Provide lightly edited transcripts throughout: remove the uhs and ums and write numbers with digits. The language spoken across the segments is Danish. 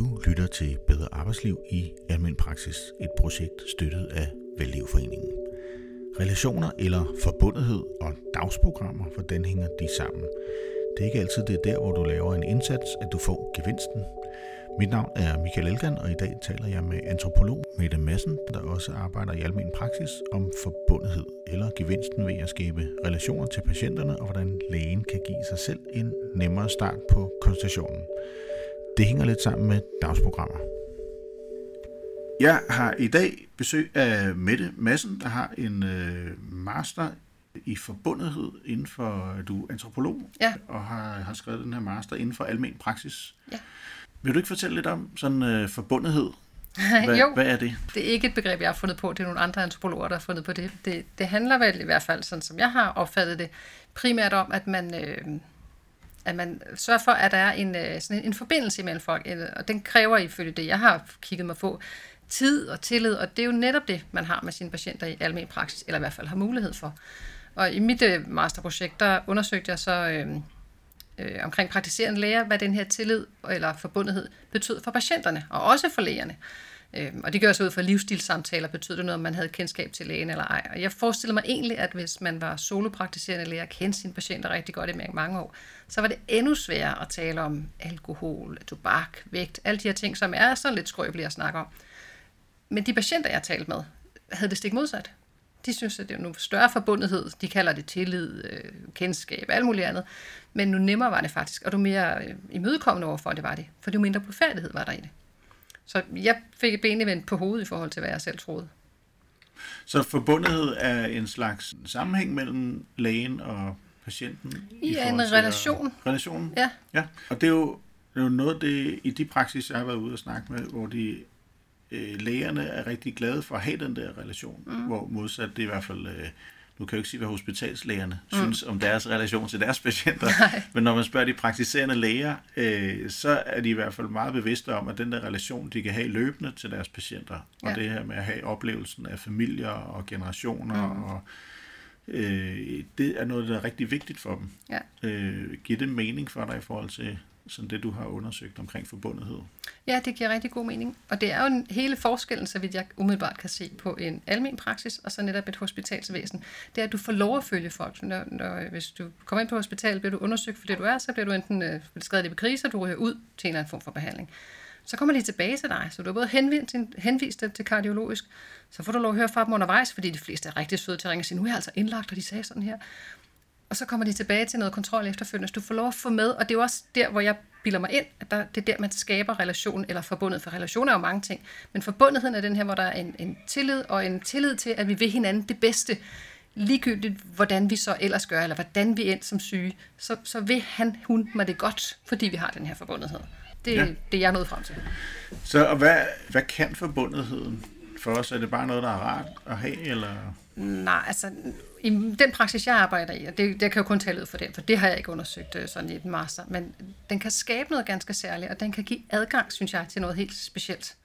Du lytter til Bedre Arbejdsliv i Almen Praksis, et projekt støttet af Vellivforeningen. Relationer eller forbundethed og dagsprogrammer, hvordan hænger de sammen? Det er ikke altid det der, hvor du laver en indsats, at du får gevinsten. Mit navn er Michael Elgan, og i dag taler jeg med antropolog Mette Madsen, der også arbejder i almen praksis, om forbundethed eller gevinsten ved at skabe relationer til patienterne, og hvordan lægen kan give sig selv en nemmere start på konsultationen. Det hænger lidt sammen med dagsprogrammer. Jeg har i dag besøg af Mette Madsen, der har en master i forbundethed inden for, du er antropolog, og har skrevet den her master inden for almen praksis. Ja. Vil du ikke fortælle lidt om sådan forbundethed? Hvad er det? Det er ikke et begreb, jeg har fundet på. Det er nogle andre antropologer, der har fundet på det. Det handler vel i hvert fald, sådan som jeg har opfattet det, primært om, at man sørger for, at der er sådan en forbindelse mellem folk, og den kræver ifølge det, jeg har kigget mig på, tid og tillid, og det er jo netop det, man har med sine patienter i almen praksis, eller i hvert fald har mulighed for. Og i mit masterprojekt, der undersøgte jeg så omkring praktiserende læger, hvad den her tillid eller forbundethed betød for patienterne, og også for lægerne. Og det gør så ud fra livsstilssamtaler, betød det noget, om man havde kendskab til lægen eller ej. Og jeg forestiller mig egentlig, at hvis man var solopraktiserende læge og kendte sine patienter rigtig godt i mange år, så var det endnu sværere at tale om alkohol, tobak, vægt, alle de her ting, som er sådan lidt skrøbelige at snakke om. Men de patienter, jeg talte med, havde det stik modsat. De synes, at det er nu større forbundethed. De kalder det tillid, kendskab, alt muligt andet. Men nu nemmere var det faktisk, og du mere imødekommende overfor, det var det. For det mindre blufærdighed var der i det. Så jeg fik et benene vendt på hovedet i forhold til, hvad jeg selv troede. Så forbundethed er en slags sammenhæng mellem lægen og patienten? Ja, en relation. Relationen? Ja. Og det er jo noget af det, i de praksis, jeg har været ude og snakke med, hvor lægerne er rigtig glade for at have den der relation, hvor modsat det i hvert fald, nu kan jeg jo ikke sige, hvad hospitalslægerne synes om deres relation til deres patienter, men når man spørger de praktiserende læger, så er de i hvert fald meget bevidste om, at den der relation, de kan have løbende til deres patienter, og det her med at have oplevelsen af familier og generationer, og det er noget, der er rigtig vigtigt for dem. Ja. Giver det mening for dig i forhold til sådan det, du har undersøgt omkring forbundethed? Ja, det giver rigtig god mening. Og det er jo hele forskellen, så vidt jeg umiddelbart kan se på en almen praksis, og så netop et hospitalsvæsen. Det er, at du får lov at følge folk. Hvis du kommer ind på hospitalet, bliver du undersøgt for det, du er, så bliver du enten skrevet i krise, og du ryger ud til en eller anden form for behandling. Så kommer de tilbage til dig, så du er både henvist til kardiologisk, så får du lov at høre fra dem undervejs, fordi de fleste er rigtig søde til at ringe og sige, nu er jeg altså indlagt, og de sagde sådan her. Og så kommer de tilbage til noget kontrol efterfølgende, så du får lov at få med, og det er jo også der, hvor jeg bilder mig ind, at det er der, man skaber relation eller forbundet, for relation er jo mange ting, men forbundetheden er den her, hvor der er en tillid, og en tillid til, at vi vil hinanden det bedste, ligegyldigt hvordan vi så ellers gør, eller hvordan vi end som syge, så vil hun mig det godt, fordi vi har den her forbundethed. Det er det, jeg er nået frem til. Så og hvad kan forbundetheden for os? Er det bare noget, der er rart at have, eller? Nej, altså i den praksis, jeg arbejder i, og det kan jo kun tale ud for den, for det har jeg ikke undersøgt sådan i et master, men den kan skabe noget ganske særligt, og den kan give adgang, synes jeg, til noget helt specielt.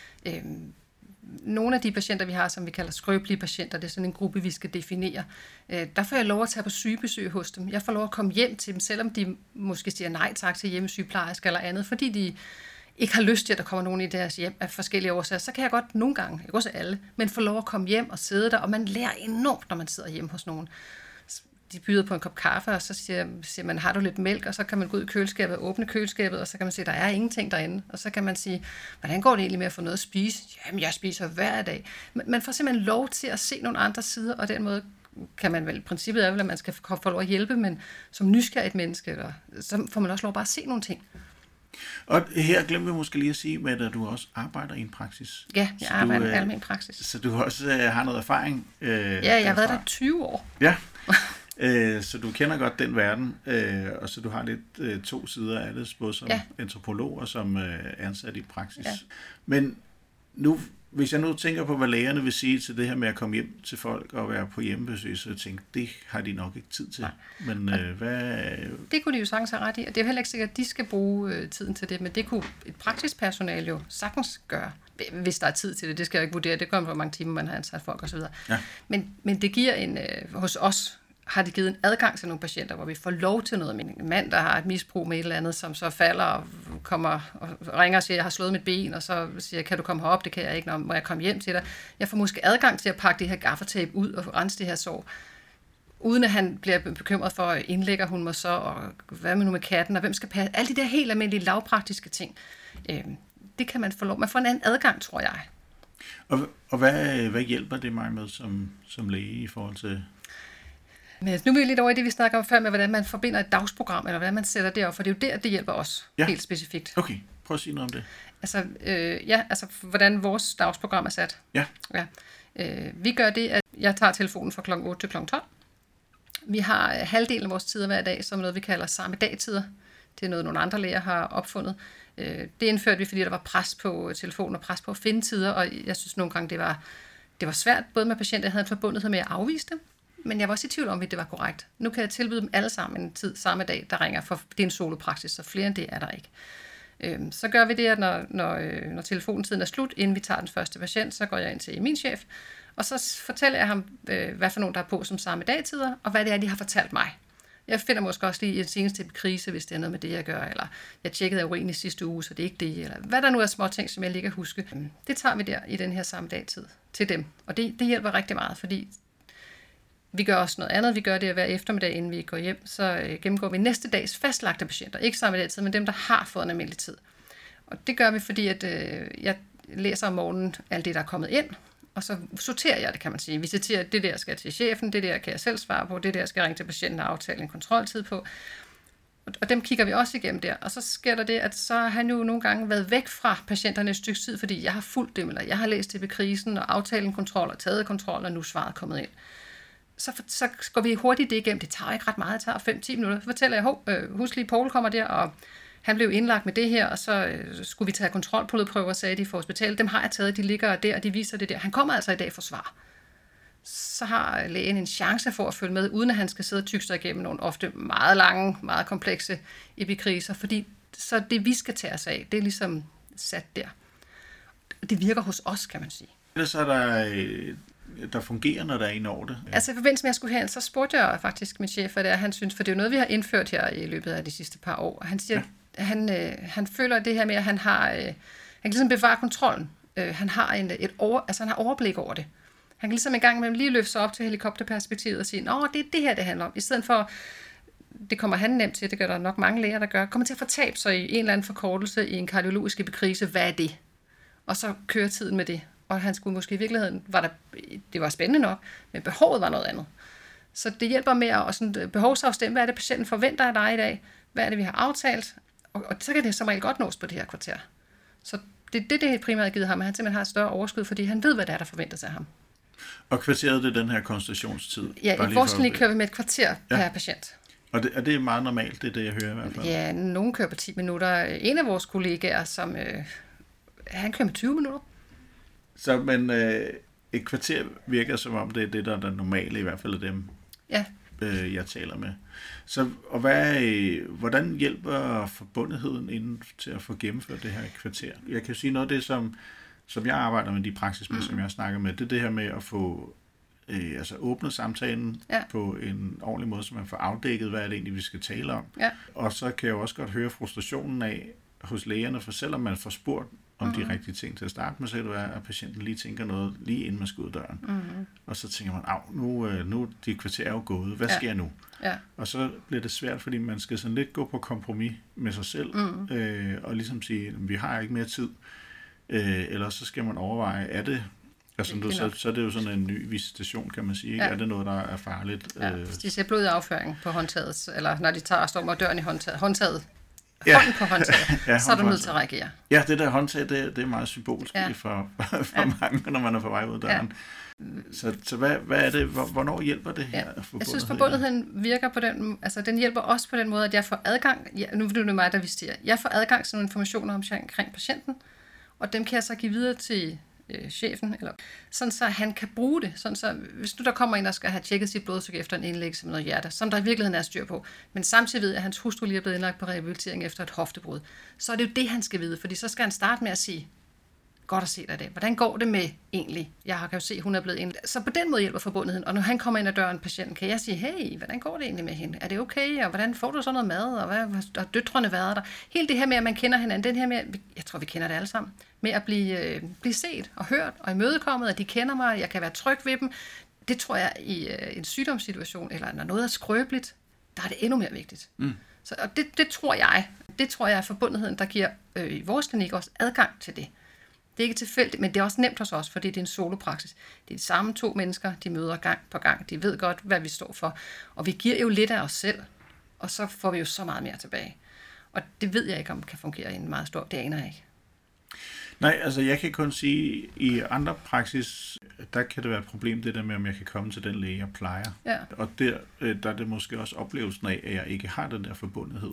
Nogle af de patienter, vi har, som vi kalder skrøbelige patienter, det er sådan en gruppe, vi skal definere, der får jeg lov at tage på sygebesøg hos dem. Jeg får lov at komme hjem til dem, selvom de måske siger nej tak til hjemmesygeplejerske eller andet, fordi de ikke har lyst til, at der kommer nogen i deres hjem af forskellige årsager, så kan jeg godt nogle gange, ikke også alle, men få lov at komme hjem og sidde der, og man lærer enormt, når man sidder hjemme hos nogen. De byder på en kop kaffe, og så siger man, har du lidt mælk, og så kan man gå ud i køleskabet og åbne køleskabet, og så kan man se, der er ingenting derinde, og så kan man sige, hvordan går det egentlig med at få noget at spise? Jamen, jeg spiser hver dag. Man får simpelthen lov til at se nogle andre sider, og den måde kan man vel, princippet er vel, at man skal få lov at hjælpe, men som nysgerrigt menneske, så får man også lov bare at se nogle ting. Og her glemte vi måske lige at sige, med, at du også arbejder i en praksis. Ja, jeg arbejder i en almen praksis. Så du også har noget erfaring? Jeg har været der 20 år. Ja, så du kender godt den verden, og så du har lidt to sider af det, både som antropolog og som ansat i praksis. Ja. Men nu, hvis jeg nu tænker på, hvad lægerne vil sige til det her med at komme hjem til folk og være på hjemmebesøg, så tænker det har de nok ikke tid til. Nej. Men hvad? Det kunne de jo sagtens have ret i, og det er jo heller ikke sikkert, at de skal bruge tiden til det, men det kunne et praksispersonale jo sagtens gøre, hvis der er tid til det. Det skal jeg ikke vurdere, det kommer hvor mange timer man har ansat folk osv. Ja. Men det giver hos os har de givet en adgang til nogle patienter, hvor vi får lov til noget. Min mand, der har et misbrug med et eller andet, som så falder og kommer og ringer og siger, jeg har slået mit ben, og så siger jeg, kan du komme herop? Det kan jeg ikke, må jeg komme hjem til dig? Jeg får måske adgang til at pakke det her gaffatape ud og rense det her sår, uden at han bliver bekymret for, indlægger hun mig så, og hvad med nu med katten, og hvem skal passe? Alle de der helt almindelige lavpraktiske ting. Det kan man få lov. Man får en anden adgang, tror jeg. Og hvad hjælper det mig med som læge i forhold til? Men nu er vi lidt over i det, vi snakker om før, med hvordan man forbinder et dagsprogram, eller hvordan man sætter det op, for det er jo der, det hjælper os helt specifikt. Okay, prøv at sige noget om det. Altså, hvordan vores dagsprogram er sat. Ja. Vi gør det, at jeg tager telefonen fra kl. 8 til kl. 12. Vi har halvdelen af vores tider hver dag, som noget, vi kalder samme dagtider. Det er noget, nogle andre læger har opfundet. Det indførte vi, fordi der var pres på telefonen og pres på at finde tider, og jeg synes nogle gange, det var svært, både med patienter, jeg havde en forbundethed med at afvise dem, men jeg var også i tvivl om, at det var korrekt. Nu kan jeg tilbyde dem alle sammen en tid samme dag, der ringer, for det er en solopraksis, så flere end det er der ikke. Så gør vi det, at når telefonetiden er slut, inden vi tager den første patient, så går jeg ind til min chef, og så fortæller jeg ham, hvad for nogen der er på som samme dagtider, og hvad det er, de har fortalt mig. Jeg finder måske også lige i en seneste krise, hvis det er noget med det, jeg gør, eller jeg tjekkede urin i sidste uge, så det er ikke det, eller hvad der nu er små ting, som jeg lige kan huske. Det tager vi der i den her samme dagtid til dem, og det hjælper rigtig meget, fordi vi gør også noget andet. Vi gør det hver eftermiddag, inden vi går hjem, så gennemgår vi næste dags fastlagte patienter. Ikke samme dagtid, men dem, der har fået en almindelig tid. Og det gør vi, fordi at, jeg læser om morgenen alt det, der er kommet ind, og så sorterer jeg det, kan man sige. Vi sorterer, det der skal til chefen, det der kan jeg selv svare på, det der skal ringe til patienten og aftale en kontroltid på. Og dem kigger vi også igennem der. Og så sker der det, at så har han jo nogle gange været væk fra patienterne et stykke tid, fordi jeg har fulgt dem, eller jeg har læst det ved krisen, og aftalt en kontrol, og taget kontrol, og nu svaret kommet ind. Så går vi hurtigt det igennem. Det tager ikke ret meget, det tager 5-10 minutter. Så fortæller jeg, husk lige, Poul kommer der, og han blev indlagt med det her, og så skulle vi tage kontrolprøver, sagde de for hospitalet. Dem har jeg taget, de ligger der, og de viser det der. Han kommer altså i dag for svar. Så har lægen en chance for at følge med, uden at han skal sidde og tygge sig igennem nogle ofte meget lange, meget komplekse epikriser, fordi så det, vi skal tage os af, det er ligesom sat der. Det virker hos os, kan man sige. Ellers er der fungerer, når der er en over det. Altså i forbindelse med, at jeg skulle herind, så spurgte jeg faktisk min chef, hvad det er, han synes, for det er jo noget, vi har indført her i løbet af de sidste par år. Og han siger, han føler det her med, at han kan ligesom bevare kontrollen. Han har han har overblik over det. Han kan ligesom en gang imellem lige løfte sig op til helikopterperspektivet og sige, nå, det er det her, det handler om. I stedet for, det kommer han nemt til, det gør der nok mange læger, der gør, kommer til at fortabe sig i en eller anden forkortelse i en kardiologisk epikrise. Hvad er det? Og så kører tiden med det. Og han skulle måske i virkeligheden, det var spændende nok, men behovet var noget andet. Så det hjælper med at sådan behovsafstemme, hvad er det, patienten forventer af dig i dag, hvad er det, vi har aftalt, og så kan det som regel godt nås på det her kvarter. Så det primært givet ham, at han simpelthen har et større overskud, fordi han ved, hvad det er, der forventes af ham. Og kvarteret, det er den her konsultationstid? Ja, i vores klinik kører vi med et kvarter per patient. Og det er meget normalt, det er det, jeg hører i hvert fald? Ja, nogen kører på 10 minutter. En af vores kollegaer, som han kører med 20 minutter. Så men et kvarter virker som om, det er det, der er det normale, i hvert fald af dem, jeg taler med. Så, og hvordan hjælper forbundetheden inden til at få gennemført det her kvarter? Jeg kan sige noget af det, som jeg arbejder med, de praksismænd, som jeg snakker med, det er det her med at få åbnet samtalen på en ordentlig måde, så man får afdækket, hvad er det egentlig, vi skal tale om. Ja. Og så kan jeg også godt høre frustrationen af hos lægerne, for selvom man får spurgt om de rigtige ting til at starte med, så kan det være, at patienten lige tænker noget, lige inden man skal ud døren. Mm-hmm. Og så tænker man, nu de kvarter er jo gået, hvad sker nu? Ja. Og så bliver det svært, fordi man skal sådan lidt gå på kompromis med sig selv, og ligesom sige, vi har ikke mere tid. Eller så skal man overveje, er det, så er det jo sådan en ny visitation, kan man sige, ikke? Ja. Er det noget, der er farligt? Ja. Hvis de ser blodafføring på håndtaget, eller når de tager og står med døren i håndtaget, hånden på håndtaget, så er du nødt til at reagere. Ja, det der håndtag, det er meget symbolsk for mange, når man er på vej ud af døren. Ja. Så hvad er det, hvornår hjælper det her? Jeg synes, forbundetheden virker på den, altså den hjælper også på den måde, at jeg får adgang, nu er det mig, der visiterer, jeg får adgang til nogle informationer omkring patienten, og dem kan jeg så give videre til chefen, eller sådan så han kan bruge det, sådan så hvis nu der kommer en, der skal have tjekket sit blodtryk efter en indlæggelse med noget hjerte, som der i virkeligheden er styr på, men samtidig ved, at hans hustru lige er blevet indlagt på rehabilitering efter et hoftebrud, så er det jo det, han skal vide, fordi så skal han starte med at sige, godt at se dig det. Hvordan går det med egentlig? Jeg kan jo se, hun er blevet indlagt. Så på den måde hjælper forbundetheden. Og når han kommer ind ad døren, patienten, kan jeg sige, hey, hvordan går det egentlig med hende? Er det okay? Og hvordan får du så noget mad? Og hvad har døtrene været der? Helt det her med, at man kender hinanden. Den her med, jeg tror, vi kender det alle sammen. Med at blive set og hørt og imødekommet, at de kender mig, jeg kan være tryg ved dem. Det tror jeg i en sygdomssituation, eller når noget er skrøbeligt, der er det endnu mere vigtigt. Så, og det tror jeg er forbundetheden, der giver i vores klinik også adgang til det. Det er ikke tilfældigt, men det er også nemt hos os, fordi det er en solopraksis. Det er de samme 2 mennesker, de møder gang på gang. De ved godt, hvad vi står for. Og vi giver jo lidt af os selv, og så får vi jo så meget mere tilbage. Og det ved jeg ikke, om det kan fungere i en meget stor. Det aner jeg ikke. Nej, altså jeg kan kun sige, i andre praksis, der kan det være et problem, det der med, om jeg kan komme til den læge, jeg plejer. Ja. Og der er det måske også oplevelsen af, at jeg ikke har den der forbundethed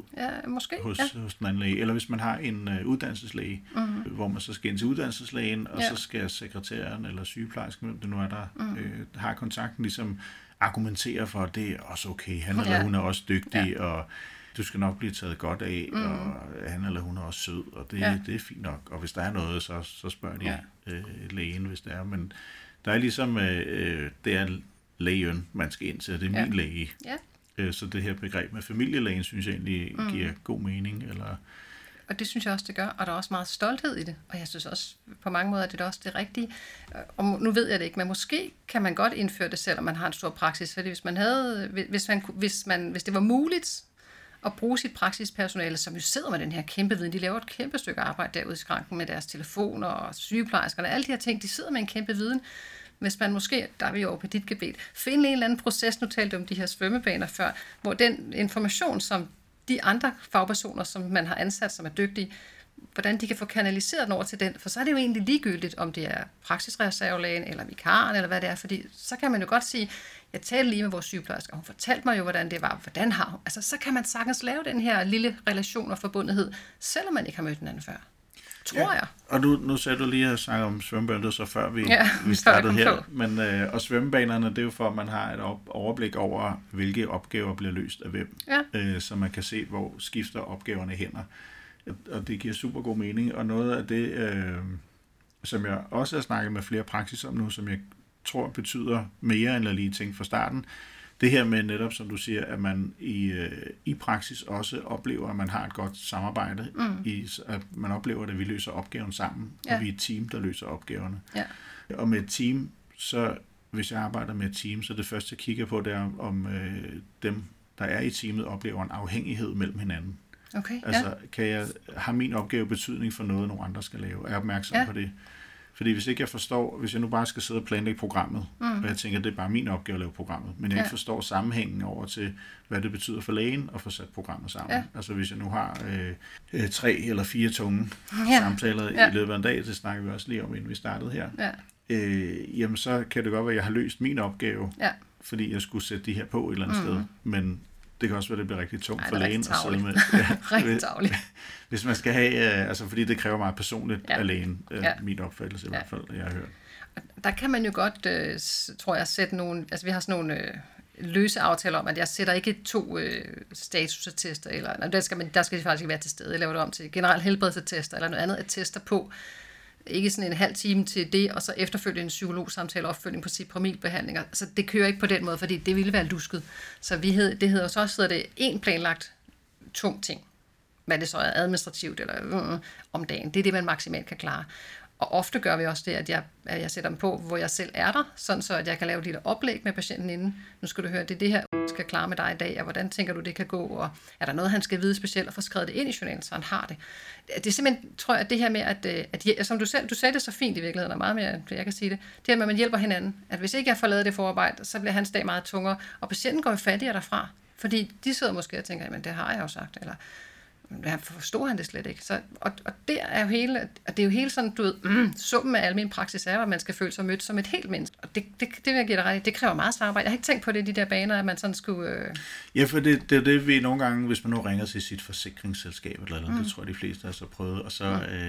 hos den anden læge. Eller hvis man har en uddannelseslæge, hvor man så skal ind til uddannelseslægen, og så skal sekretæren eller sygeplejersken, hvem det nu er, der har kontakten, ligesom argumentere for, at det er også okay. Han eller hun er også dygtig, og du skal nok blive taget godt af, og han eller hun er også sød, og det er fint nok. Og hvis der er noget, så spørger de lægen, hvis det er. Men der er ligesom, det er lægen, man skal ind til, det er min læge. Ja. Så det her begreb med familielægen, synes jeg egentlig giver god mening. Eller... Og det synes jeg også, det gør, og der er også meget stolthed i det. Og jeg synes også, på mange måder, at det er også det rigtige. Og nu ved jeg det ikke, men måske kan man godt indføre det, selvom man har en stor praksis. Fordi hvis det var muligt at bruge sit praksispersonale, som jo sidder med den her kæmpe viden. De laver et kæmpe stykke arbejde derude i skranken med deres telefoner og sygeplejerskerne. Alle de her ting, de sidder med en kæmpe viden. Hvis man måske, der er vi over på dit gebet, finde en eller anden proces, nu talte om de her svømmebaner før, hvor den information, som de andre fagpersoner, som man har ansat, som er dygtige, hvordan de kan få kanaliseret den over til den, for så er det jo egentlig ligegyldigt, om det er praksisreservelægen eller vikaren, eller hvad det er, fordi så kan man jo godt sige, jeg talte lige med vores sygeplejerske, og hun fortalte mig jo, hvordan det var, hvordan har hun. Altså, så kan man sagtens lave den her lille relation og forbundethed, selvom man ikke har mødt den anden før. Tror jeg. Og nu sagde du lige at snakke om svømmebaner, så før vi startede her. Men, og svømmebanerne, det er jo for, at man har et overblik over, hvilke opgaver bliver løst af hvem. Ja. Så man kan se, hvor skifter opgaverne hænder. Og det giver super god mening. Og noget af det, som jeg også har snakket med flere praksis om nu, som jeg tror betyder mere, end jeg lige tænkte fra starten, det her med netop, som du siger, at man i praksis også oplever, at man har et godt samarbejde, at man oplever, at vi løser opgaven sammen, og vi er et team, der løser opgaverne. Ja. Og med et team, så hvis jeg arbejder med et team, så det første, jeg kigger på, det er, om dem, der er i teamet, oplever en afhængighed mellem hinanden. Okay, altså, har min opgave betydning for noget, nogle andre skal lave? Er jeg opmærksom på det? Fordi hvis ikke jeg forstår, hvis jeg nu bare skal sidde og planlægge programmet, og jeg tænker, at det er bare min opgave at lave programmet, men jeg ikke forstår sammenhængen over til, hvad det betyder for lægen at få sat programmet sammen. Ja. Altså hvis jeg nu har 3 eller 4 tunge samtaler i løbet af en dag, det snakker vi også lige om, inden vi startede her, jamen så kan det godt være, at jeg har løst min opgave, fordi jeg skulle sætte de her på et eller andet sted, men det kan også være, at det bliver rigtig tungt for lægen at sidde med. Rigtig tavligt. Hvis man skal have, altså fordi det kræver meget personligt af lægen, min opfattelse i hvert fald, jeg har hørt. Der kan man jo godt, tror jeg, sætte nogle, altså vi har sådan nogle løse aftaler om, at jeg sætter ikke 2 statusattester, eller der skal de faktisk ikke være til stede. Jeg laver det om til generelt helbredsattester, eller noget andet attester på. Ikke sådan en halv time til det, og så efterfølgende en psykologsamtale opfølgning på cipramilbehandlinger. Så det kører ikke på den måde, fordi det ville være lusket. Så det hedder så også det en planlagt tung ting. Hvad det så er administrativt eller om dagen. Det er det, man maksimalt kan klare. Og ofte gør vi også det, at jeg sætter dem på, hvor jeg selv er der, sådan så at jeg kan lave et lille oplæg med patienten inden. Nu skal du høre, det er det her, skal klare med dig i dag, og hvordan tænker du, det kan gå, og er der noget, han skal vide specielt, og få skrevet det ind i journalen, så han har det. Det er simpelthen, tror jeg, det her med, at som du sagde det så fint i virkeligheden, og meget mere, end jeg kan sige det, det her med, at man hjælper hinanden. At hvis ikke jeg får lavet det forarbejde, så bliver hans dag meget tungere, og patienten går jo fattigere derfra, fordi de sidder måske og tænker, jamen det har jeg jo sagt, eller forstår han det slet ikke. Så, og det er jo hele, og det er jo hele sådan, du ved, summen af almen praksis er, at man skal føle sig mødt som et helt menneske. Og det vil jeg give dig ret i. Det kræver meget samarbejde. Jeg har ikke tænkt på det i de der baner, at man sådan skulle... Ja, for det er det, vi nogle gange, hvis man nu ringer til sit forsikringsselskab, eller det tror jeg, de fleste har så prøvet, og så...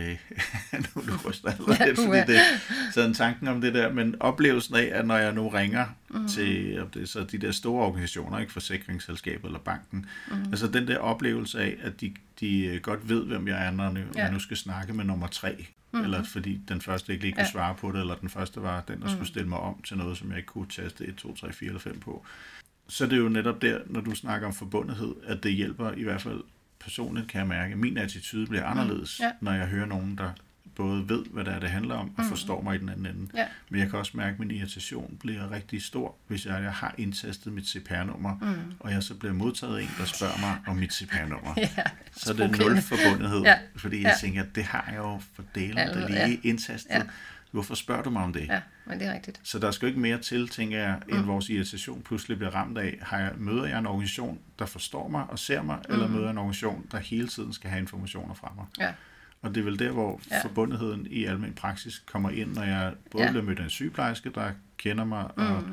nu ryster jeg lidt, fordi det sådan tanken om det der, men oplevelsen af, at når jeg nu ringer til det, så de der store organisationer, ikke forsikringsselskabet eller banken, altså den der oplevelse af, at de godt ved, hvem jeg er, når jeg nu skal snakke med nummer 3. eller fordi den første ikke lige kunne svare på det, eller den første var den, der skulle stille mig om til noget, som jeg ikke kunne taste 1, 2, 3, 4 eller 5 på. Så det er jo netop der, når du snakker om forbundethed, at det hjælper i hvert fald personligt, kan jeg mærke. Min attitude bliver anderledes, når jeg hører nogen, der både ved, hvad det handler om, og forstår mig i den anden ende. Ja. Men jeg kan også mærke, at min irritation bliver rigtig stor, hvis jeg har indtastet mit CPR-nummer, og jeg så bliver modtaget af en, der spørger mig om mit CPR-nummer. Så det er nul forbundethed, fordi jeg tænker, at det har jeg jo for delen, der lige indtastet. Ja. Hvorfor spørger du mig om det? Ja, men det er rigtigt. Så der skal jo ikke mere til, tænker jeg, end vores irritation pludselig bliver ramt af. Møder jeg en organisation, der forstår mig og ser mig, eller møder jeg en organisation, der hele tiden skal have informationer fra mig? Ja. Og det er vel der, hvor forbundetheden i almen praksis kommer ind, når jeg både bliver mødt af en sygeplejerske, der kender mig og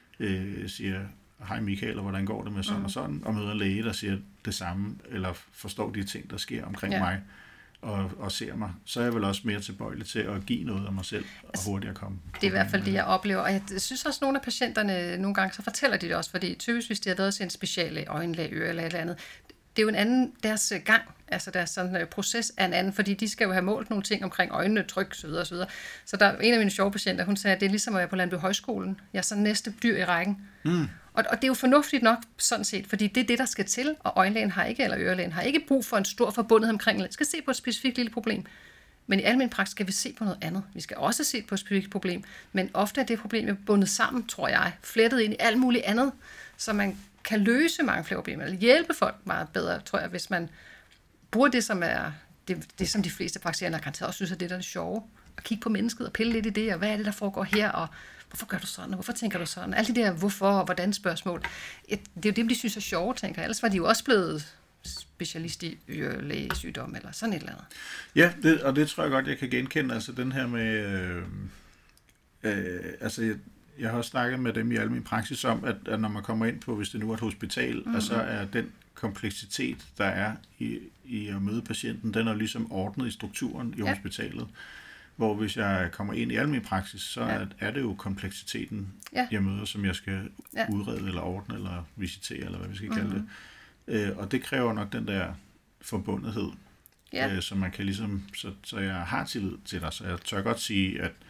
siger, hej Michael, og hvordan går det med sådan og sådan, og møder en læge, der siger det samme, eller forstår de ting, der sker omkring mig, og ser mig, så er jeg vel også mere tilbøjelig til at give noget af mig selv, og hurtigere komme. Det er i hvert fald det, jeg oplever, og jeg synes også, at nogle af patienterne, nogle gange, så fortæller de det også, fordi typisk, hvis de har været til en speciallæge, øjenlæge, øre eller et eller andet, det er jo en anden, deres gang, altså deres sådan, proces er en anden, fordi de skal jo have målt nogle ting omkring øjnene, tryk, osv. osv. Så der er en af mine sjove patienter, hun sagde, at det er ligesom at være på Landby Højskolen. Jeg er så næste dyr i rækken. Og det er jo fornuftigt nok, sådan set, fordi det er det, der skal til, og øjenlægen har ikke, eller ørelægen har ikke brug for en stor forbundethed omkring. Vi skal se på et specifikt lille problem. Men i almen praksis skal vi se på noget andet. Vi skal også se på et specifikt problem, men ofte er det problem bundet sammen, tror jeg, flettet ind i alt muligt andet, så man kan løse mange flere problemer, eller hjælpe folk meget bedre, tror jeg, hvis man bruger det, som er det som de fleste praktiserende garanteret også synes, at det der er det sjove, at kigge på mennesket og pille lidt i det, og hvad er det, der foregår her, og hvorfor gør du sådan, og hvorfor tænker du sådan, alle de der hvorfor og hvordan spørgsmål, det er jo dem, de synes er sjove, tænker jeg. Ellers var de jo også blevet specialist i ørelægesygdom, eller sådan et eller andet. Ja, og det tror jeg godt, jeg kan genkende, altså den her med, jeg har også snakket med dem i almen praksis om, at når man kommer ind på, hvis det nu er et hospital, og så er den kompleksitet, der er i at møde patienten, den er ligesom ordnet i strukturen i hospitalet. Hvor hvis jeg kommer ind i almen praksis, så er det jo kompleksiteten, jeg møder, som jeg skal udrede, eller ordne, eller visitere, eller hvad vi skal kalde det. Og det kræver nok den der forbundethed, så man kan ligesom, så jeg har tillid til dig, så jeg tør godt sige, at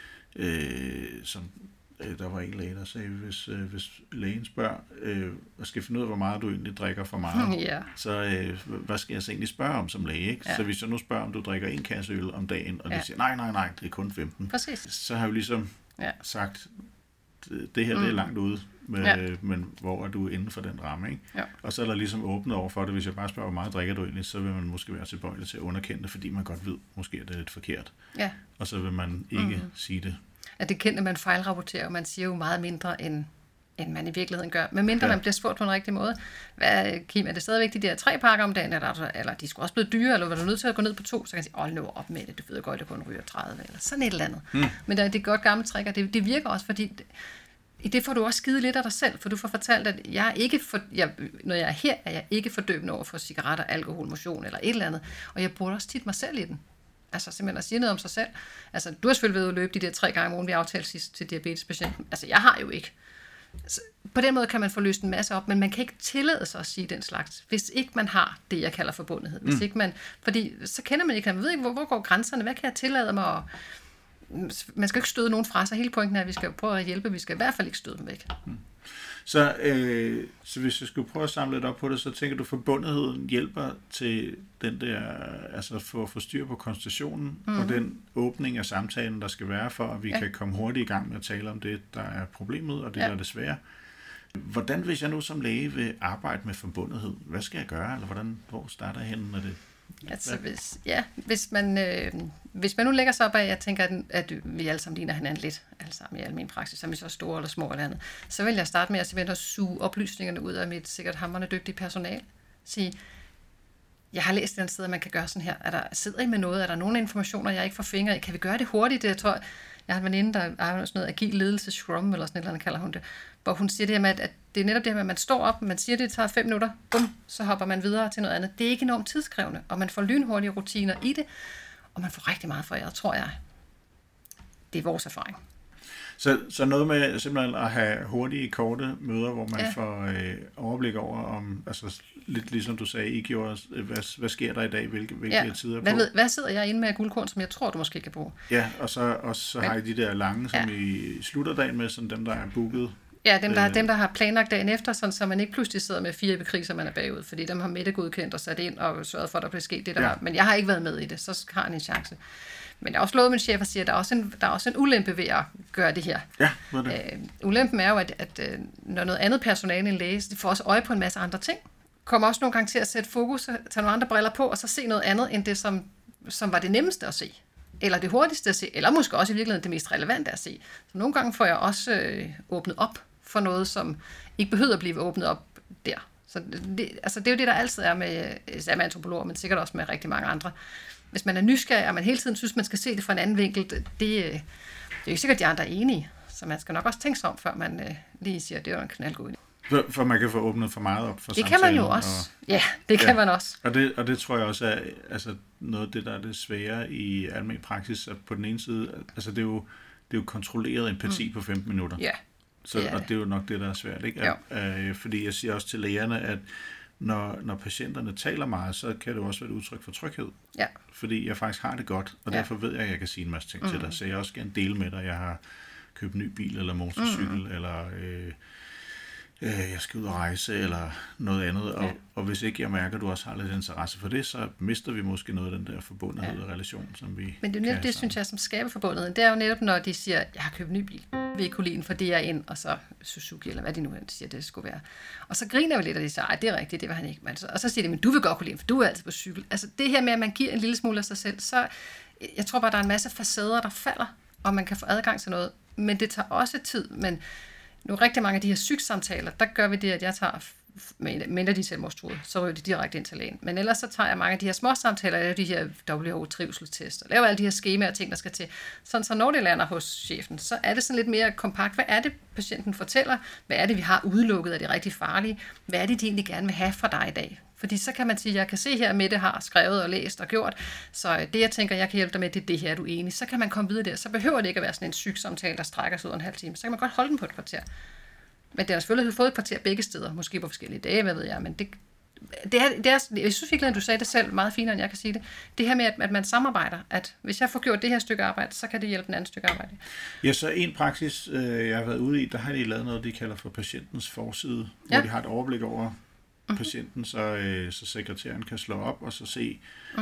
som der var en læge, der sagde, hvis lægen spørger, og skal finde ud af, hvor meget du egentlig drikker for meget, så hvad skal jeg så egentlig spørge om som læge? Ikke? Så hvis jeg nu spørger, om du drikker 1 kasse øl om dagen, og de siger, nej, det er kun 15. Præcis. Så har jeg jo ligesom sagt, det her det er langt ude, men hvor er du inden for den ramme? Ikke? Ja. Og så er der ligesom åbnet over for det. Hvis jeg bare spørger, hvor meget drikker du egentlig, så vil man måske være tilbøjelig til at underkende det, fordi man godt ved, måske er det lidt forkert. Ja. Og så vil man ikke sige det. At det kendte, man fejlrapporterer, og man siger jo meget mindre, end man i virkeligheden gør. Men mindre man bliver spurgt på en rigtig måde. Kim, er det stadigvæk de der 3 pakker om dagen, eller de skulle også blive dyre, eller var du nødt til at gå ned på 2, så kan jeg sige, nu op med det, du ved godt, at du kun ryger 30, eller sådan et eller andet. Men det er godt gammelt trick, og det virker også, fordi i det får du også skide lidt af dig selv, for du får fortalt, at når jeg er her, er jeg ikke fordøbende over for cigaretter, alkohol, motion eller et eller andet, og jeg bruger også tit mig selv i den. Altså simpelthen at sige noget om sig selv. Altså, du har selvfølgelig ved at løbe de der 3 gange om ugen, vi aftalte sidst til diabetespatienten. Altså, jeg har jo ikke. Så på den måde kan man få løst en masse op, men man kan ikke tillade sig at sige den slags, hvis ikke man har det, jeg kalder forbundethed. Hvis ikke man, fordi så kender man ikke, man ved ikke, hvor går grænserne, hvad kan jeg tillade mig man skal ikke støde nogen fra sig. Hele pointen er, at vi skal prøve at hjælpe, vi skal i hvert fald ikke støde dem væk. Så hvis jeg skulle prøve at samle lidt op på det, så tænker du, at forbundetheden hjælper til den der, altså for at få styr på koncentrationen, og den åbning af samtalen, der skal være for, at vi kan komme hurtigt i gang med at tale om det, der er problemet, og det, der er det svære. Hvordan, hvis jeg nu som læge vil arbejde med forbundethed, hvad skal jeg gøre, eller hvor starter jeg henne, når det... Altså hvis man nu lægger sig op af, jeg tænker, at vi alle sammen ligner hinanden lidt, alle sammen i almen praksis, som vi så store eller små eller andet, så vil jeg starte med at suge oplysningerne ud af mit sikkert hamrende dygtige personal. Sige, jeg har læst den sted, at man kan gøre sådan her. Sidder I med noget? Er der nogle informationer, jeg ikke får fingre i? Kan vi gøre det hurtigt? Jeg tror, jeg har en veninde, der er sådan noget agil ledelse, Scrum, eller sådan et eller andet, kalder hun det, hvor hun siger det her med, at det er netop det her med, at man står op, man siger, det tager 5 minutter, bum, så hopper man videre til noget andet. Det er ikke enormt tidskrævende, og man får lynhurtige rutiner i det, og man får rigtig meget foræret, tror jeg. Det er vores erfaring. Så noget med simpelthen at have hurtige, korte møder, hvor man får overblik over, om, altså lidt ligesom du sagde, I gjorde, hvad sker der i dag, hvilke tider på? Hvad sidder jeg inde med af guldkorn, som jeg tror, du måske kan bruge? Ja, og så har I de der lange, som I slutter dagen med, sådan dem, der er booket. Ja, dem, der har planlagt dagen efter, sådan, så man ikke pludselig sidder med 4 bekriser, man er bagud, fordi dem har Mette godkendt og sat ind og sørget for, at der bliver sket det, der var. Men jeg har ikke været med i det, så har han en chance. Men jeg har også lovet min chef at sige, at der er også en ulempe ved at gøre det her. Ja, hvad er det? Ulempen er jo, at når noget andet personale end læge, de får også øje på en masse andre ting. Kommer også nogle gange til at sætte fokus, tage nogle andre briller på, og så se noget andet, end det, som var det nemmeste at se. Eller det hurtigste at se, eller måske også i virkeligheden det mest relevante at se. Så nogle gange får jeg også åbnet op for noget, som ikke behøver at blive åbnet op der. Så det er jo det, der altid er med antropologer, men sikkert også med rigtig mange andre. Hvis man er nysgerrig, og man hele tiden synes, man skal se det fra en anden vinkel, det er jo ikke sikkert, at de andre er enige. Så man skal nok også tænke sig om, før man lige siger, at det er en knaldgod idé. For man kan få åbnet for meget op for det samtalen. Det kan man jo også. Det kan man også. Og det tror jeg også er altså noget af det, der er det svære i almen praksis. At på den ene side, altså det er jo kontrolleret empati på 15 minutter. Ja. Og det er jo nok det, der er svært, ikke? Fordi jeg siger også til lægerne, at når patienterne taler meget, så kan det også være et udtryk for tryghed. Ja. Fordi jeg faktisk har det godt, og derfor ved jeg, at jeg kan sige en masse ting til dig. Så jeg også gerne dele med dig, jeg har købt en ny bil, eller motorcykel, eller jeg skal ud og rejse, eller noget andet. Og hvis ikke jeg mærker, at du også har lidt interesse for det, så mister vi måske noget af den der forbundethed og relation, som vi Men det er netop det, synes jeg, som skaber forbundethed. Det er jo netop, når de siger, jeg har købt en ny bil. Vehikulin for det er ind, og så Suzuki, eller hvad de nu siger, det skulle være. Og så griner vi lidt, og de siger, det er rigtigt, det var han ikke. Og så siger de, men du vil godt kunne lide, for du er altid på cykel. Altså det her med, at man giver en lille smule af sig selv, så jeg tror bare, der er en masse facader, der falder, og man kan få adgang til noget. Men det tager også tid. Men nu rigtig mange af de her sygesamtaler, der gør vi det, at jeg tager, mindre de selvmordstruede, så ryger de direkte ind til lægen. Men ellers så tager jeg mange af de her små samtaler, laver de her WHO-trivselstest, og laver alle de her skemaer og ting, der skal til. Sådan så når det lander hos chefen, så er det sådan lidt mere kompakt. Hvad er det, patienten fortæller? Hvad er det, vi har udelukket? Er det rigtig farlige? Hvad er det, de egentlig gerne vil have fra dig i dag? Fordi så kan man sige, at jeg kan se her, at Mette har skrevet og læst og gjort, så det jeg tænker, jeg kan hjælpe dig med, det er det her, er du enig. Så kan man komme videre der. Så behøver det ikke at være sådan en sygesamtale, der strækker sig ud en halv time. Så kan man godt holde den på et kvarter. Men det har selvfølgelig fået et kvarter begge steder, måske på forskellige dage, hvad ved jeg, men det er, jeg synes virkelig, at du sagde det selv meget finere, end jeg kan sige det. Det her med, at man samarbejder, at hvis jeg får gjort det her stykke arbejde, så kan det hjælpe en anden stykke arbejde. Ja, så en praksis, jeg har været ude i, der har de lavet noget, de kalder for patientens forside, hvor de har et overblik over patienten, så sekretæren kan slå op og så se,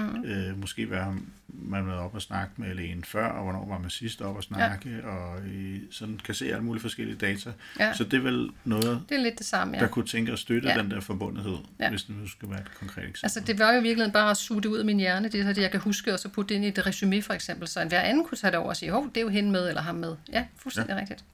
måske hvad man har været op og snakke med lægen før, og hvornår var man sidst op og snakke, og sådan kan se alle mulige forskellige data. Ja. Så det er vel noget, det er lidt det samme, der kunne tænke at støtte den der forbundethed, hvis det nu skal være et konkret eksempel. Altså det var jo virkelig bare at suge det ud af min hjerne, det er det, jeg kan huske, og så putte det ind i et resume for eksempel, så en hver anden kunne tage det over og sige, det er jo hende med, eller ham med. Ja, fuldstændig rigtigt.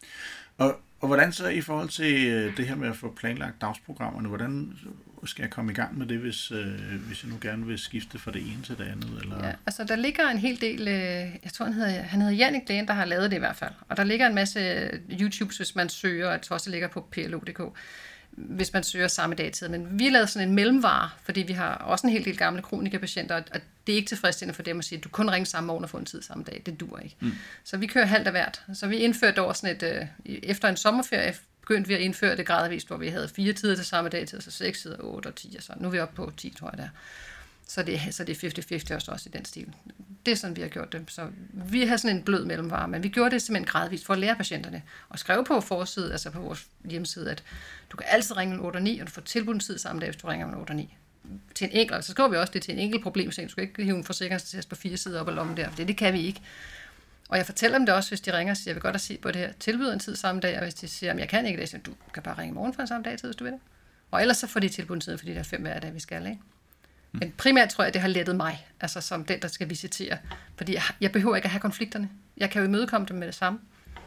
Og hvordan så i forhold til det her med at få planlagt dagsprogrammerne, hvordan skal jeg komme i gang med det, hvis jeg nu gerne vil skifte fra det ene til det andet? Eller? Ja, altså der ligger en hel del, jeg tror han hedder Jannik Lægen, der har lavet det i hvert fald, og der ligger en masse YouTubes, hvis man søger, jeg tror også det ligger på PLO.dk, hvis man søger samme dagtid. Men vi har lavet sådan en mellemvare, fordi vi har også en hel del gamle kronikapatienter, og det er ikke tilfredsstillende for dem at sige, at du kun ringer samme morgen og får en tid samme dag. Det dur ikke. Så vi kører halvt af hvert. Så vi indførte over sådan efter en sommerferie, begyndte vi at indføre det gradvist, hvor vi havde 4 tider til samme dag, så 6 tider, 8 og 10 og sådan. Nu er vi oppe på 10, tror jeg der. Så det er 50-50 også i den stil. Det er sådan, vi har gjort det. Så vi har sådan en blød mellemvare, men vi gjorde det simpelthen gradvist for at lære patienterne. Og skrive på forside, altså på vores hjemmeside, at du kan altid ringe mellem 8 og 9, og du får tilbudt en tid samme dag, hvis du ringer mellem 8 og 9. Til en enkelt, så skriver vi også det til en enkelt problem, så du skal ikke hive en forsikringstest på 4 sider op ad lommen der, for det kan vi ikke. Og jeg fortæller dem det også, hvis de ringer og siger, jeg vil godt at se på det her, tilbyder en tid samme dag, og hvis de siger, jeg kan ikke det, så du kan bare ringe i morgen for en samme dag, hvis du vil det. Og ellers så får de tilbudt en tid, fordi der er 5 hverdage, vi skal, ikke? Men primært tror jeg, det har lettet mig, altså som den, der skal visitere. Fordi jeg behøver ikke at have konflikterne. Jeg kan jo imødekomme dem med det samme.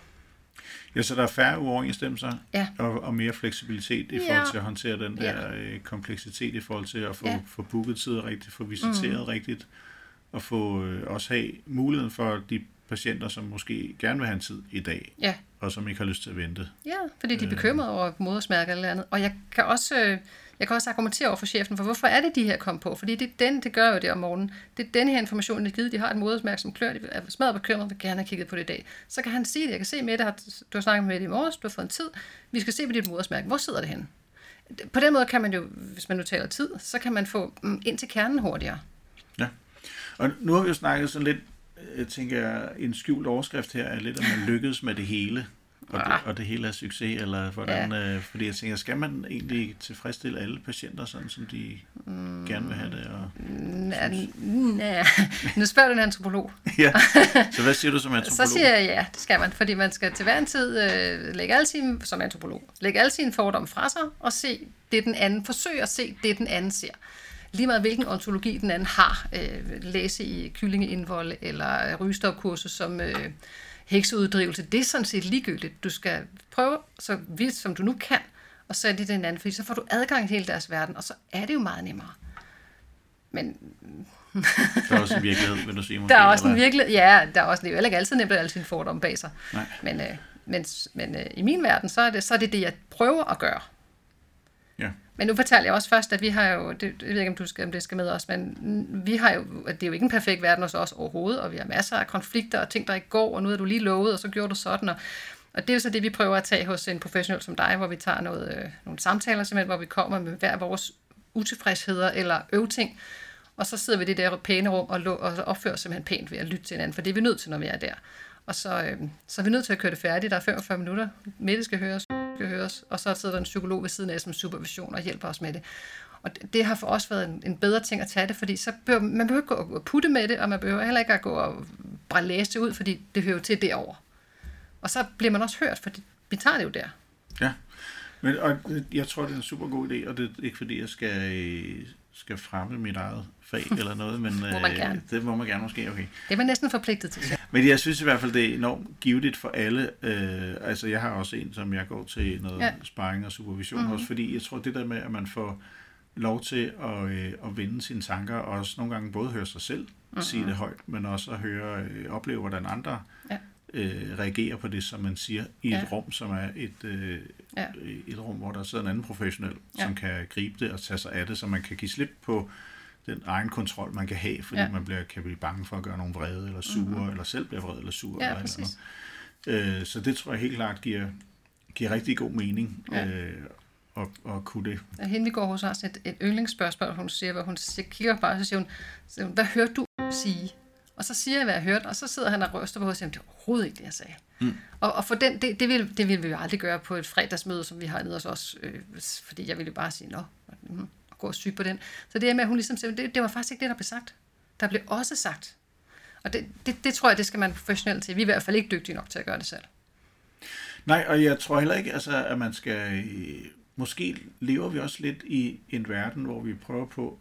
Ja, så der er færre uoverensstemmelser og mere fleksibilitet i forhold til at håndtere den der kompleksitet i forhold til at få booket tid rigtigt, få visiteret rigtigt, og få også have muligheden for de patienter, som måske gerne vil have en tid i dag, og som ikke har lyst til at vente. Ja, fordi de er bekymrede over modersmærker eller andet. Og jeg kan Jeg kan også argumentere over for chefen, for hvorfor er det, de her kom på? Fordi det gør jo det om morgenen. Det er den her information, de har givet. De har et modersmærke, som klør. De er smadret bekymret, vil gerne have kigget på det i dag. Så kan han sige det. Jeg kan se med det, du har snakket med det i morges, du har fået en tid. Vi skal se på dit modersmærke. Hvor sidder det henne? På den måde kan man jo, hvis man nu taler tid, så kan man få ind til kernen hurtigere. Ja, og nu har vi jo snakket sådan lidt, jeg tænker, en skjult overskrift her er lidt, at man lykkedes med det hele. Og det hele er succes, eller hvordan, fordi jeg tænker, skal man egentlig tilfredsstille alle patienter, sådan som de gerne vil have det? Nu spørger du en antropolog. Ja, så hvad siger du som antropolog? Så siger jeg ja, det skal man, fordi man skal til hver en tid lægge alle sine fordomme fra sig, og se det den anden, forsøge at se det den anden ser. Lige meget hvilken ontologi den anden har, læse i kyllingeindvold, eller rygestopkursus som hekseuddrivelse, det er sådan set ligegyldigt. Du skal prøve så vidt som du nu kan, og sætte det i den anden, fordi så får du adgang til hele deres verden, og så er det jo meget nemmere. Men der er også en virkelighed, vil du sige? Måske, der er også en virkelighed, ja, der er også, det er jo heller ikke altid nemt at alle sine fordomme bag sig. Nej. Men i min verden, så er det, jeg prøver at gøre. Ja. Men nu fortæller jeg også først, at vi har jo, jeg ved ikke, om det skal med os, men vi har jo, det er jo ikke en perfekt verden hos os overhovedet, og vi har masser af konflikter og ting, der ikke går, og nu er du lige lovet, og så gjorde du sådan, og det er jo så det, vi prøver at tage hos en professionel som dig, hvor vi tager nogle samtaler, simpelthen, hvor vi kommer med hver vores utilfredsheder eller øvting, og så sidder vi i det der pæne rum og opfører simpelthen pænt ved at lytte til hinanden, for det er vi nødt til, når vi er der. Og så er vi nødt til at køre det færdigt. Der er 45 minutter. Mette skal høres, og så sidder der en psykolog ved siden af som supervision og hjælper os med det. Og det har for os været en bedre ting at tage det, fordi så man behøver ikke gå og putte med det, og man behøver heller ikke at gå og bare læse det ud, fordi det hører til derovre. Og så bliver man også hørt, fordi vi tager det jo der. Ja, og jeg tror, det er en super god idé, og det er ikke fordi, jeg skal fremme mit eget fag eller noget, men det må man gerne måske, okay. Det er man næsten forpligtet til. Men jeg synes i hvert fald, det er enormt givetigt for alle. Altså, jeg har også en, som jeg går til noget sparring og supervision hos, fordi jeg tror, det der med, at man får lov til at vende sine tanker, og også nogle gange både høre sig selv sige det højt, men også at opleve, hvordan andre reagerer på det, som man siger, i et rum, som er et rum, hvor der sidder en anden professionel, som kan gribe det og tage sig af det, så man kan give slip på den egen kontrol, man kan have, fordi man kan blive bange for at gøre nogen vrede eller sure, eller selv bliver vred eller sur. Ja, eller noget. Så det tror jeg helt klart giver rigtig god mening at kunne det. Hende vi går hos os et yndlingsspørgsmål, hun siger, hvor hun kigger bare, så siger hun, hvad hørte du sige? Og så siger jeg, hvad jeg hørte, og så sidder han og ryster på og siger, det er overhovedet ikke det, jeg sagde. Og for det vil vi jo aldrig gøre på et fredagsmøde, som vi har nede hos os, fordi jeg ville jo bare sige, og gå og syge på den. Så det er med, at hun ligesom siger, det var faktisk ikke det, der blev sagt. Der blev også sagt. Og det tror jeg, det skal man professionelt til. Vi er i hvert fald ikke dygtige nok til at gøre det selv. Nej, og jeg tror heller ikke, altså, at man skal... Måske lever vi også lidt i en verden, hvor vi prøver på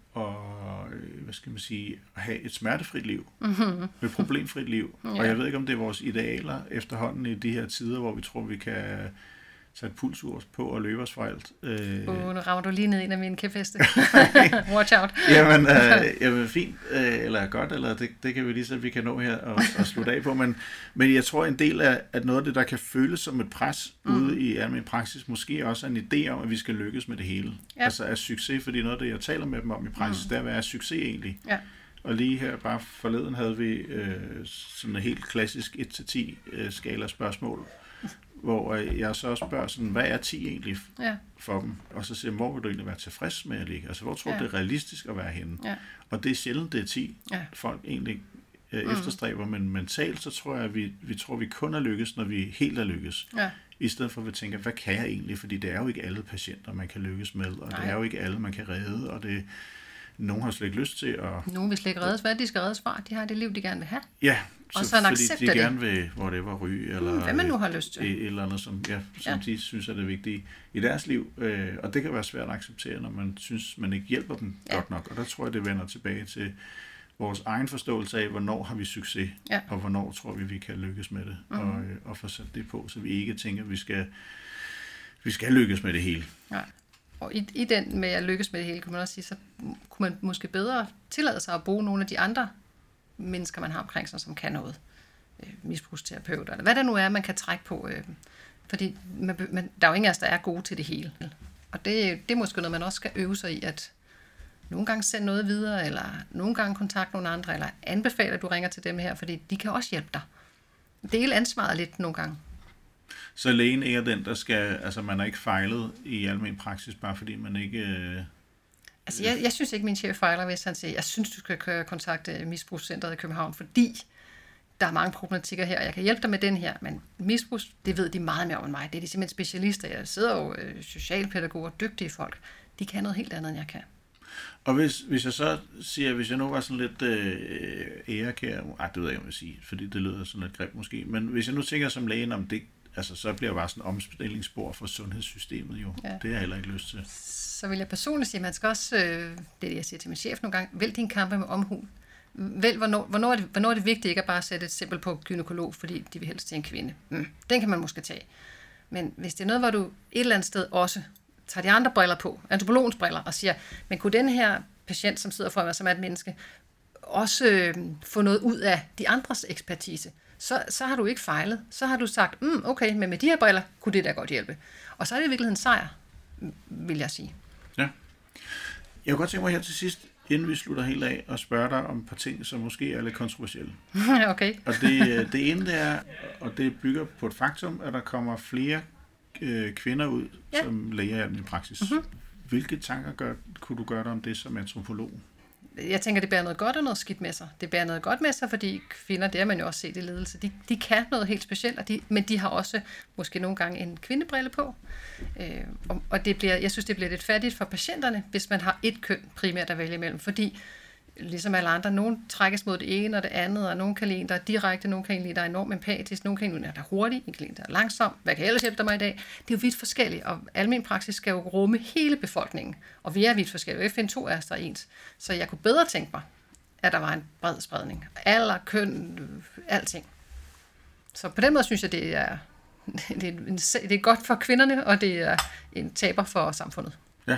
at have et smertefrit liv, et problemfrit liv. Ja. Og jeg ved ikke, om det er vores idealer efterhånden i de her tider, hvor vi tror, vi kan tage et pulsur på og løbe os fra alt. Nu rammer du lige ned en af mine kæpheste. Watch out. Jamen fint, eller godt, eller det kan vi lige så, vi kan nå her og slutte af på. Men jeg tror, en del af noget af det, der kan føles som et pres ude i almindelig praksis, måske også en idé om, at vi skal lykkes med det hele. Ja. Altså af succes, fordi noget af det, jeg taler med dem om i praksis, det er, hvad er succes egentlig? Ja. Og lige her, bare forleden, havde vi sådan en helt klassisk 1-10 skala spørgsmål, hvor jeg så også spørger sådan, hvad er 10 egentlig for dem? Og så siger jeg, hvor vil du egentlig være tilfreds med at ligge? Altså, hvor tror du, det er realistisk at være henne? Ja. Og det er sjældent, det er 10, folk egentlig efterstræber, men mentalt, så tror jeg, at vi tror, vi kun er lykkes, når vi helt er lykkes. Ja. I stedet for, at vi tænker, hvad kan jeg egentlig? Fordi det er jo ikke alle patienter, man kan lykkes med, og det er jo ikke alle, man kan redde, og det nogen har slet ikke lyst til at... Nogen vil slet ikke reddes. Hvad de skal reddes fra? De har det liv, de gerne vil have. Ja, og så fordi de gerne vil, whatever, ryge, eller hvad man nu har lyst til. Et eller andet, som de synes er det vigtige i deres liv. Og det kan være svært at acceptere, når man synes, man ikke hjælper dem godt nok. Og der tror jeg, det vender tilbage til vores egen forståelse af, hvornår har vi succes, og hvornår tror vi kan lykkes med det, og få sat det på, så vi ikke tænker, at vi skal lykkes med det hele. Ja. Og i den med at lykkes med det hele, kunne man også sige, så kunne man måske bedre tillade sig at bruge nogle af de andre mennesker, man har omkring sig, som kan noget. Misbrugsterapeuter, eller hvad det nu er, man kan trække på. Fordi der er jo ingen af os, der er gode til det hele. Og det er måske noget, man også skal øve sig i, at nogle gange sende noget videre, eller nogle gange kontakte nogle andre, eller anbefale, at du ringer til dem her, fordi de kan også hjælpe dig. Dele ansvaret lidt nogle gange. Så lægen er den, der skal, altså man er ikke fejlet i almen praksis, bare fordi man ikke... Altså jeg synes ikke, min chef fejler, hvis han siger, jeg synes, du skal kontakte misbrugscentret i København, fordi der er mange problematikker her, og jeg kan hjælpe dig med den her, men misbrugs, det ved de meget mere om end mig. Det er de simpelthen specialister. Jeg sidder jo socialpædagoger, dygtige folk. De kan noget helt andet, end jeg kan. Og hvis jeg så siger, hvis jeg nu var sådan lidt ærekær, det ved jeg ikke, om jeg sige, fordi det lyder sådan lidt grimt måske, men hvis jeg nu tænker som lægen om det, altså så bliver det bare sådan en omstillingsspor for sundhedssystemet jo. Ja. Det har jeg heller ikke lyst til. Så vil jeg personligt sige, at man skal også, det jeg siger til min chef nogle gange, vælg din kampe med omhu. Vælg, hvornår er det vigtigt ikke at bare sætte et simpel på gynekolog, fordi de vil helst til en kvinde. Den kan man måske tage. Men hvis det er noget, hvor du et eller andet sted også tager de andre briller på, antropologens briller, og siger, men kunne den her patient, som sidder foran mig, som er et menneske, også få noget ud af de andres ekspertise, så har du ikke fejlet. Så har du sagt, okay, men med de her briller kunne det da godt hjælpe. Og så er det i virkeligheden sejr, vil jeg sige. Ja. Jeg kunne godt tænke mig her til sidst, inden vi slutter helt af, og spørge dig om et par ting, som måske er lidt kontroversielle. Okay. Og det ene det er, og det bygger på et faktum, at der kommer flere kvinder ud, som læger i almen praksis. Mm-hmm. Hvilke tanker kunne du gøre dig om det som antropolog? Jeg tænker, det bærer noget godt og noget skidt med sig. Det bærer noget godt med sig, fordi kvinder, det har man jo også set i ledelse, de kan noget helt specielt, men de har også måske nogle gange en kvindebrille på. Og jeg synes, det bliver lidt fattigt for patienterne, hvis man har et køn primært at vælge imellem, fordi ligesom alle andre, nogen trækkes mod det ene og det andet, og nogen kan lide en, der er direkte, nogen kan lide, der er enormt empatisk, nogen kan lide, der er hurtig, en kan lide, der er langsom. Hvad kan ellers hjælpe dig mig i dag? Det er jo vidt forskelligt, og almen praksis skal jo rumme hele befolkningen, og vi er vidt forskellige. Jeg finder 2 af os, der er ens. Så jeg kunne bedre tænke mig, at der var en bred spredning. Alder, køn, alting. Så på den måde synes jeg, det er godt for kvinderne, og det er en taber for samfundet. Ja.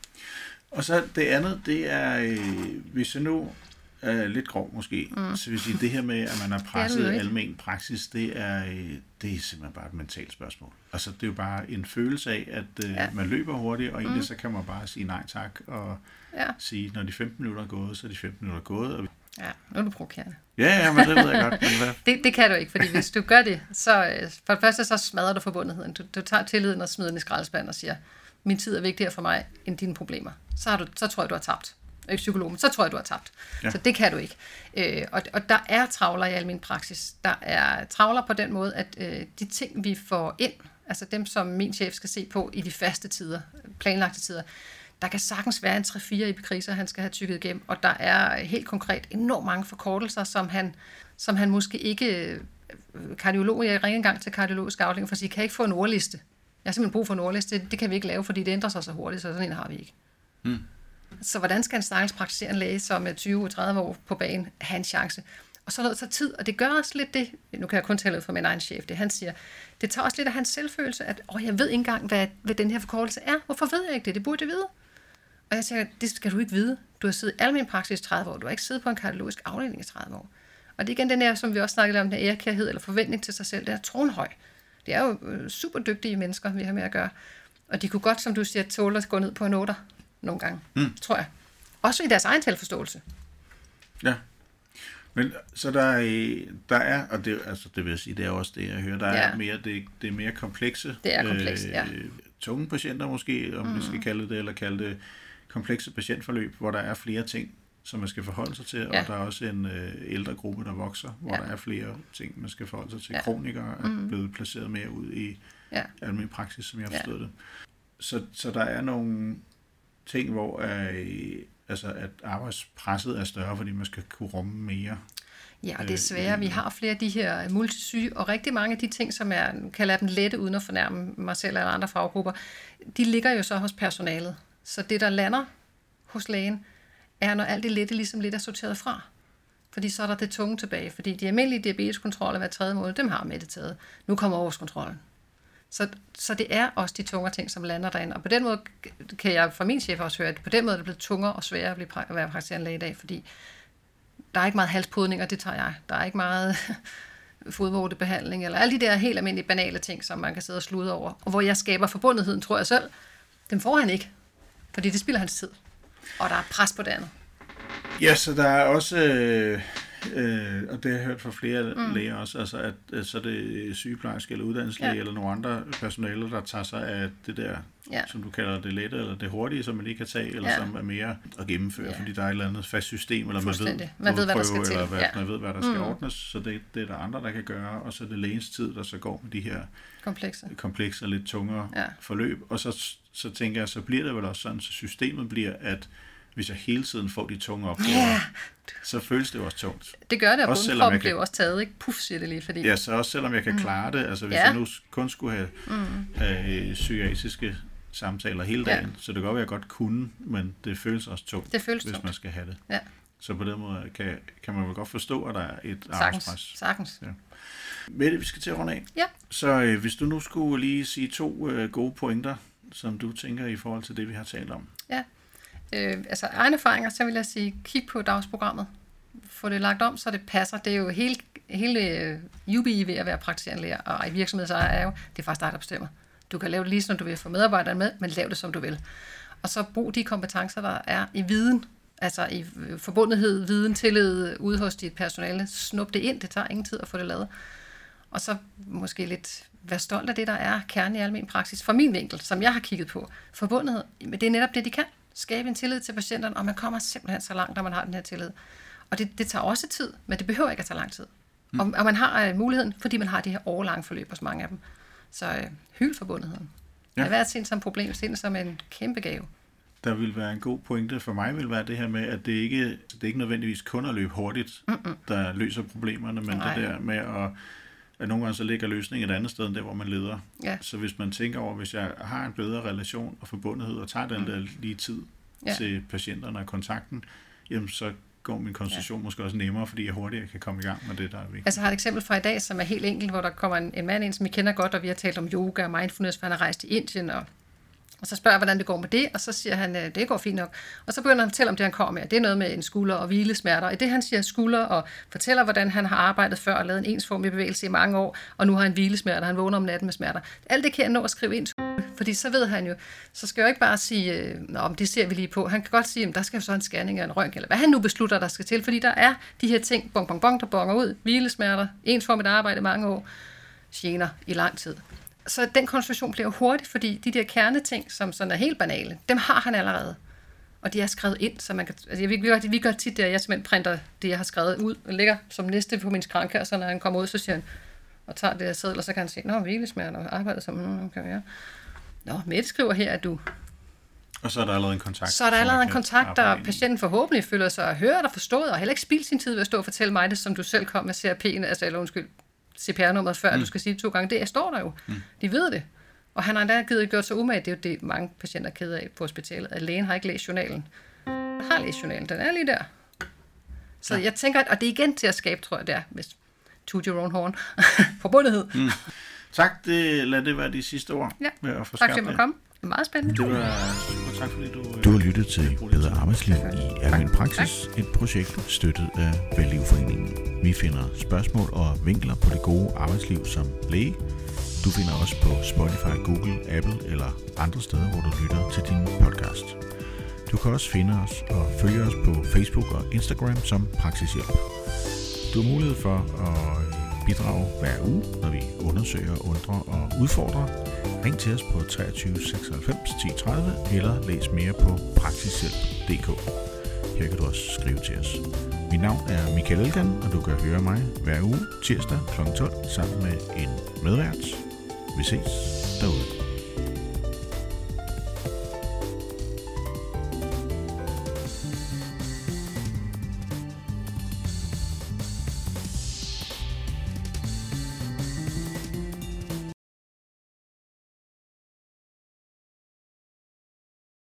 Og så det andet, det er, hvis jeg nu er lidt grov måske, så vil sige, det her med, at man har presset almen praksis, det er simpelthen bare et mentalt spørgsmål. Altså, det er jo bare en følelse af, at man løber hurtigt, og egentlig så kan man bare sige nej tak, og sige, når de 15 minutter er gået, så er de 15 minutter gået. Og ja, nu er du provokerende. Ja, men det ved jeg godt. Det kan du ikke, fordi hvis du gør det, så for det første så smadrer du forbundetheden. Du tager tilliden og smider den i skraldespanden og siger, min tid er vigtigere for mig end dine problemer. Så tror jeg, du har tabt. Ikke psykolog, men så tror jeg, du har tabt. Ja. Så det kan du ikke. Og der er travler i almen praksis. Der er travler på den måde, at de ting, vi får ind, altså dem, som min chef skal se på i de faste tider, planlagte tider, der kan sagtens være en 3-4 epikriser, han skal have tykket igennem, og der er helt konkret enormt mange forkortelser, som han måske ikke... Kardiolog, jeg ringer engang til kardiologisk afdeling for at sige, kan jeg ikke få en ordliste? Jeg har simpelthen brug for en ordliste. Det kan vi ikke lave, fordi det ændrer sig så hurtigt, så sådan en har vi ikke. Så hvordan skal en stakkels praktiserende læge, som er 20-30 år på banen, have en chance? Og så er det så tid, og det gør også lidt det, nu kan jeg kun tale ud fra min egen chef, det han siger, det tager også lidt af hans selvfølelse, at jeg ved ikke engang, hvad den her forkortelse er. Hvorfor ved jeg ikke det? Det burde jeg vide. Og jeg siger, det skal du ikke vide. Du har siddet i almen praksis i 30 år, du har ikke siddet på en kardiologisk afdeling i 30 år. Og det er igen den der, som vi også snakkede om, den ærekærhed eller forventning til sig selv, det er tronhøj. Det er jo super dygtige mennesker, vi har med at gøre. Og de kunne godt, som du siger, tåle at gå ned på en 8 nogle gange, tror jeg. Også i deres egen selvforståelse. Ja. Men så der er, og det, altså, det vil jeg sige, det er også det, jeg hører, der er mere, det er mere komplekse. Det er komplekst, tunge patienter måske, om vi skal kalde det, eller kalde det komplekse patientforløb, hvor der er flere ting, som man skal forholde sig til, og der er også en ældre gruppe, der vokser, hvor der er flere ting, man skal forholde sig til. Kronikere er blevet placeret mere ud i almen praksis, som jeg har forstået det. Så der er nogle ting, hvor at arbejdspresset er større, fordi man skal kunne rumme mere. Ja, og det er sværere. Vi har flere af de her multisyge, og rigtig mange af de ting, som kalder dem lette, uden at fornærme mig selv eller andre faggrupper, de ligger jo så hos personalet. Så det, der lander hos lægen, er, når alt det lette ligesom lidt er sorteret fra. Fordi så er der det tunge tilbage. Fordi de almindelige diabeteskontroller hver 3. måned, dem har Mette taget. Nu kommer årskontrollen. Så det er også de tungere ting, som lander derinde. Og på den måde kan jeg fra min chef også høre, at på den måde er det blevet tungere og sværere at være praktiserende læge i dag, fordi der er ikke meget halspodning, og det tager jeg. Der er ikke meget fodvortebehandling, eller alle de der helt almindelige banale ting, som man kan sidde og slude over. Og hvor jeg skaber forbundetheden, tror jeg selv, dem får han ikke, fordi det spilder hans tid. Og der er pres på det andet. Ja, så der er også, og det har jeg hørt fra flere læger også, altså at så er det sygeplejerske eller uddannelseslæge eller nogle andre personaler, der tager sig af det der, som du kalder det lette, eller det hurtige, som man ikke kan tage, eller som er mere at gennemføre, fordi der er et eller andet fast system, eller man ved hvad der skal til. Eller man ved, hvad der skal ordnes, så det er der andre, der kan gøre, og så er det lægens tid, der så går med de her komplekse og lidt tungere forløb, og så tænker jeg, så bliver det vel også sådan, så systemet bliver, at hvis jeg hele tiden får de tunge opgaver, så føles det jo også tungt. Det gør det, og bundkroppen bliver også taget, ikke? Puff, siger det lige, fordi... Ja, så også selvom jeg kan klare det, altså hvis jeg nu kun skulle have psykiatriske samtaler hele dagen, så det kan godt være, at jeg godt kunne, men det føles også tungt, hvis man skal have det. Ja. Så på den måde kan man vel godt forstå, at der er et arbejdspres. Sagtens. Ja. Mette, vi skal til at runde af. Ja. Så hvis du nu skulle lige sige 2 gode pointer, som du tænker i forhold til det, vi har talt om. Ja. Altså egne erfaringer, så vil jeg sige, kig på dagsprogrammet. Få det lagt om, så det passer. Det er jo hele UBI ved at være praktiserende lærer, og i virksomhedsejer er jo, det er faktisk dig, der bestemmer. Du kan lave det lige, som du vil få medarbejderne med, men lav det, som du vil. Og så brug de kompetencer, der er i viden, altså i forbundethed, viden, tillid ude hos dit personale. Snup det ind, det tager ingen tid at få det lavet. Og så måske lidt være stolt af det, der er kernen i almen praksis. For min vinkel, som jeg har kigget på, forbundethed, men det er netop det, de kan. Skabe en tillid til patienterne, og man kommer simpelthen så langt, når man har den her tillid. Og det tager også tid, men det behøver ikke at tage lang tid. Og man har muligheden, fordi man har de her årelange forløb hos mange af dem. Så hyld forbundetheden. Ja. Jeg har set som problem, set som en kæmpe gave. Der vil være en god pointe for mig, vil være det her med, at det ikke nødvendigvis kun at løbe hurtigt, der løser problemerne, men det der med at nogle gange så ligger løsningen et andet sted, end der, hvor man leder. Ja. Så hvis man tænker over, hvis jeg har en bedre relation og forbundethed, og tager den der lige tid til patienterne og kontakten, jamen så går min konsultation måske også nemmere, fordi jeg hurtigere kan komme i gang med det, der er vigtigt. Altså jeg har et eksempel fra i dag, som er helt enkelt, hvor der kommer en mand ind, som vi kender godt, og vi har talt om yoga og mindfulness, for han har rejst i Indien, og så spørger jeg, hvordan det går med det, og så siger han, det går fint nok. Og så begynder han at fortælle om det, han kommer med. Det er noget med en skulder og hvilesmerter. Og i det, han siger skulder og fortæller, hvordan han har arbejdet før og lavet en ensformig bevægelse i mange år, og nu har han hvilesmerter, han vågner om natten med smerter. Alt det kan jeg nå at skrive ind, fordi så ved han jo, så skal jeg jo ikke bare sige, om det ser vi lige på. Han kan godt sige, at der skal jo så en scanning eller en røntgen, eller hvad han nu beslutter, der skal til, fordi der er de her ting, bong, bong, bong, der bonger ud, hvilesmerter, ensformigt arbejde i mange år, gener i lang tid. Så den konsultation bliver hurtigt, fordi de der kerneting, som sådan er helt banale, dem har han allerede. Og de er skrevet ind, så man kan... Altså, vi gør tit det, at jeg simpelthen printer det, jeg har skrevet ud, og lægger som næste på min skranke, og så når han kommer ud, så siger han, og tager det der seddel, og så kan han se, hvilesmerter og arbejder som... kan være. Mette skriver her, at du... Og så er der allerede en kontakt. Så er der allerede en kontakt, der patienten forhåbentlig føler sig hørt og forstået, og heller ikke spildt sin tid ved at stå og fortælle mig det, som du selv kom med CRP'en, altså eller undskyld, CPR-nummeret før, du skal sige det 2 gange. Det står der jo. De ved det. Og han har endda gjort sig umage. Det er jo det, mange patienter er kede af på hospitalet, at lægen har ikke læst journalen. Jeg har læst journalen. Den er lige der. Så jeg tænker, og det er igen til at skabe, tror jeg, det er, hvis toot your own horn, forbundethed. Tak, lad det være de sidste ord. Ja. Tak for at komme. Det er meget spændende. Det var super. Tak fordi du har lyttet til Bedre Arbejdsliv i Almen Praksis, et projekt støttet af Vellivforeningen. Vi finder spørgsmål og vinkler på det gode arbejdsliv som læge. Du finder os på Spotify, Google, Apple eller andre steder, hvor du lytter til din podcast. Du kan også finde os og følge os på Facebook og Instagram som Praksishjælp. Du har mulighed for at bidrage hver uge, når vi undersøger, undrer og udfordrer. Ring til os på 23 96 10 30 eller læs mere på praksishjælp.dk. Her kan du også skrive til os. Mit navn er Michael Elgan, og du kan høre mig hver uge tirsdag kl. 12 sammen med en medvært. Vi ses derude.